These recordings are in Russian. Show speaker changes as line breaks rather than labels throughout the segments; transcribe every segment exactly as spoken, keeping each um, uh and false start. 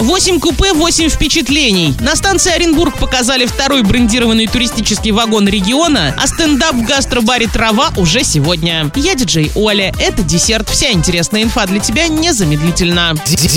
восемь купе, восемь впечатлений. На станции Оренбург показали второй брендированный туристический вагон региона, а стендап в гастробаре «Трава» уже сегодня. Я диджей Оля. Это десерт. Вся интересная инфа для тебя незамедлительно.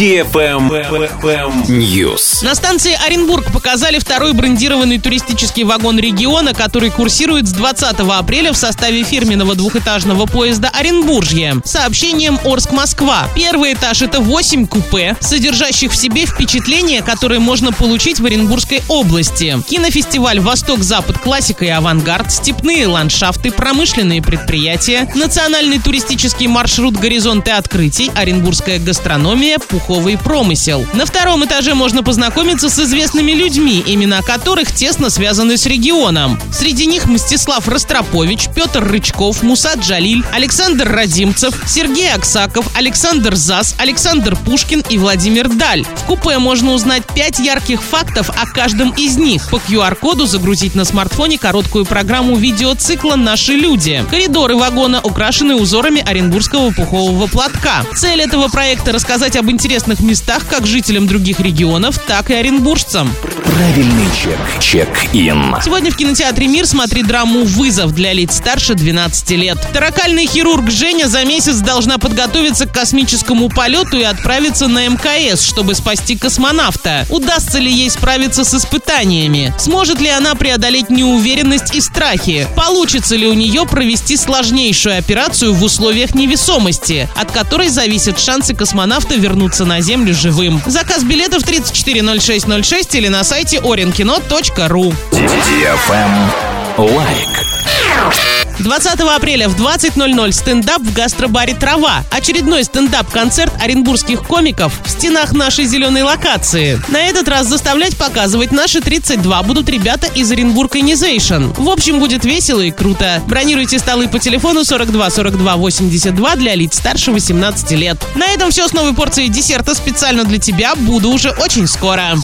News.
На станции Оренбург показали второй брендированный туристический вагон региона, который курсирует с двадцатого апреля в составе фирменного двухэтажного поезда «Оренбуржье» с сообщением Орск-Москва. Первый этаж — это восемь купе, содержащих в себе впечатления, которые можно получить в Оренбургской области. Кинофестиваль «Восток-Запад. Классика и авангард», степные ландшафты, промышленные предприятия, национальный туристический маршрут «Горизонты открытий», оренбургская гастрономия, пуховый промысел. На втором этаже можно познакомиться с известными людьми, имена которых тесно связаны с регионом. Среди них Мстислав Ростропович, Петр Рычков, Муса Джалиль, Александр Радимцев, Сергей Аксаков, Александр Зас, Александр Пушкин и Владимир Даль. В купе можно узнать пять ярких фактов о каждом из них. По ку ар коду загрузить на смартфоне короткую программу видеоцикла «Наши люди». Коридоры вагона украшены узорами оренбургского пухового платка. Цель этого проекта — рассказать об интересных местах как жителям других регионов, так и оренбуржцам.
Правильный чек. Чек-ин.
Сегодня в кинотеатре «Мир» смотри драму «Вызов» для лиц старше двенадцати лет. Торакальный хирург Женя за месяц должна подготовиться к космическому полету и отправиться на эм ка эс, чтобы спасти космонавта. Удастся ли ей справиться с испытаниями? Сможет ли она преодолеть неуверенность и страхи? Получится ли у нее провести сложнейшую операцию в условиях невесомости, от которой зависят шансы космонавта вернуться на Землю живым? Заказ билетов тридцать четыре ноль шесть ноль шесть или на сайте оренкино точка ру.
Лайк.
двадцатого апреля в двадцать ноль ноль стендап в гастробаре «Трава». Очередной стендап-концерт оренбургских комиков в стенах нашей зеленой локации. На этот раз заставлять показывать наши тридцать два будут ребята из Оренбург-Инизейшн. В общем, будет весело и круто. Бронируйте столы по телефону сорок два сорок два восемьдесят два для лиц старше восемнадцати лет. На этом все с новой порцией десерта специально для тебя. Буду уже очень скоро.